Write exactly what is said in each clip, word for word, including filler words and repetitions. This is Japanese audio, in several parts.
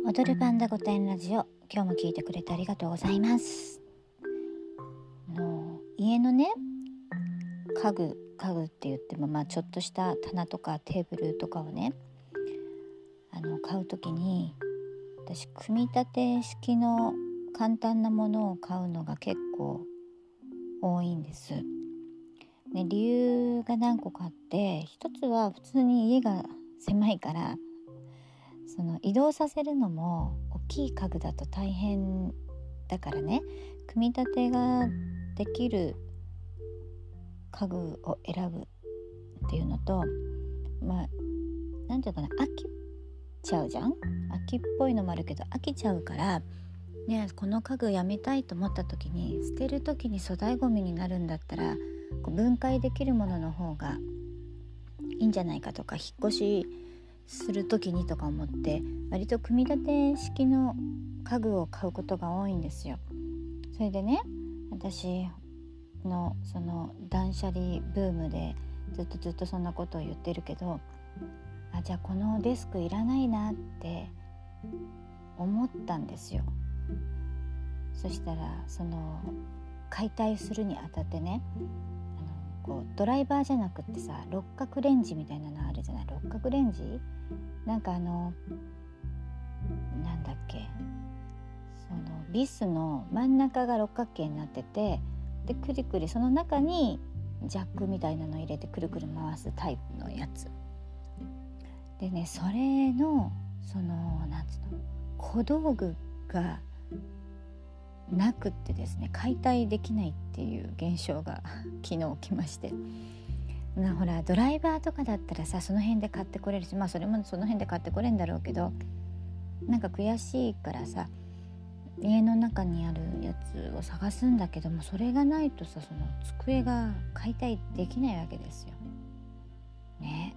踊るパンダ御殿ラジオ、今日も聞いてくれてありがとうございます。あの家のね家具家具って言っても、まあ、ちょっとした棚とかテーブルとかをねあの買うときに、私組み立て式の簡単なものを買うのが結構多いんです、ね、理由が何個かあって、一つは普通に家が狭いから、その移動させるのも大きい家具だと大変だからね、組み立てができる家具を選ぶっていうのと、まあなんていうかな、飽きちゃうじゃん。飽きっぽいのもあるけど飽きちゃうからね、この家具やめたいと思った時に、捨てる時に粗大ごみになるんだったらこう分解できるものの方がいいんじゃないかとか、引っ越しする時にとか思って、割と組み立て式の家具を買うことが多いんですよ。それでね、私のその断捨離ブームでずっとずっとそんなことを言ってるけど、あじゃあこのデスクいらないなって思ったんですよ。そしたらその解体するにあたってね、あのこうドライバーじゃなくってさ、六角レンジみたいなのあるじゃない。六角レンジなんかあのなんだっけ、そのビスの真ん中が六角形になってて、でくりくりその中にジャックみたいなの入れてくるくる回すタイプのやつでね、それのそのなんつうの小道具がなくってですね、解体できないっていう現象が昨日起きまして、なほらドライバーとかだったらさ、その辺で買ってこれるし、まあそれもその辺で買ってこれるんだろうけど、なんか悔しいからさ、家の中にあるやつを探すんだけども、それがないとさ、その机が解体できないわけですよね。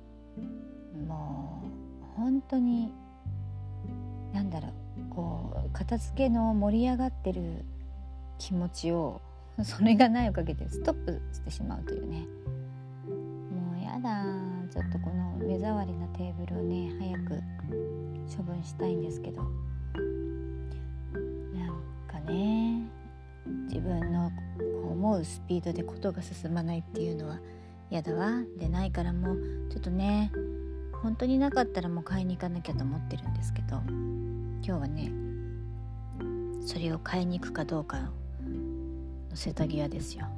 もう本当になんだろう、こう片付けの盛り上がってる気持ちをそれがないおかげでストップしてしまうというね。もうやだ、ちょっとこの目障りなテーブルをね早く処分したいんですけど、なんかね自分の思うスピードでことが進まないっていうのはやだわ。でないからもうちょっとね、本当になかったらもう買いに行かなきゃと思ってるんですけど、今日はねそれを買いに行くかどうかの瀬戸際ですよ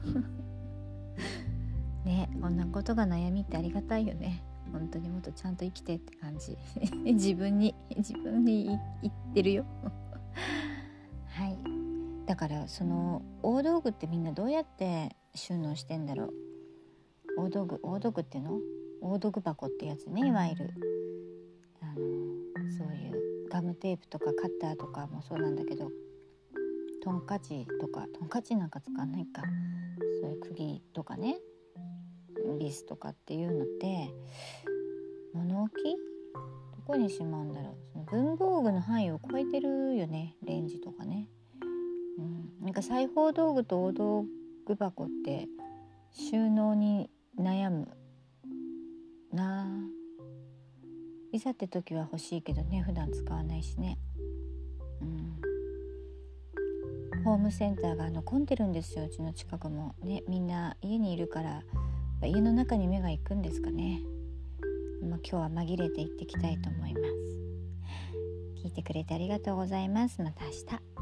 ね、こんなことが悩みってありがたいよね。本当にもっとちゃんと生きてって感じ自分に自分に言ってるよはい、だからその大道具ってみんなどうやって収納してんだろう。大道具大道具っていうの大道具箱ってやつね、いわゆるあのそういうガムテープとかカッターとかもそうなんだけど、トンカチとかトンカチなんか使わないか、そういう釘とかね、ビスとかっていうのって物置どこにしまうんだろう。その文房具の範囲を超えてるよね、レンジとかね、うん、なんか裁縫道具と大道具箱って収納に悩むな。いざって時は欲しいけどね、普段使わないしね、うん、ホームセンターがあの混んでるんですよ、うちの近くもね。みんな家にいるから家の中に目が行くんですかね。まあ、今日は紛れて行ってきたいと思います。聞いてくれてありがとうございます。また明日。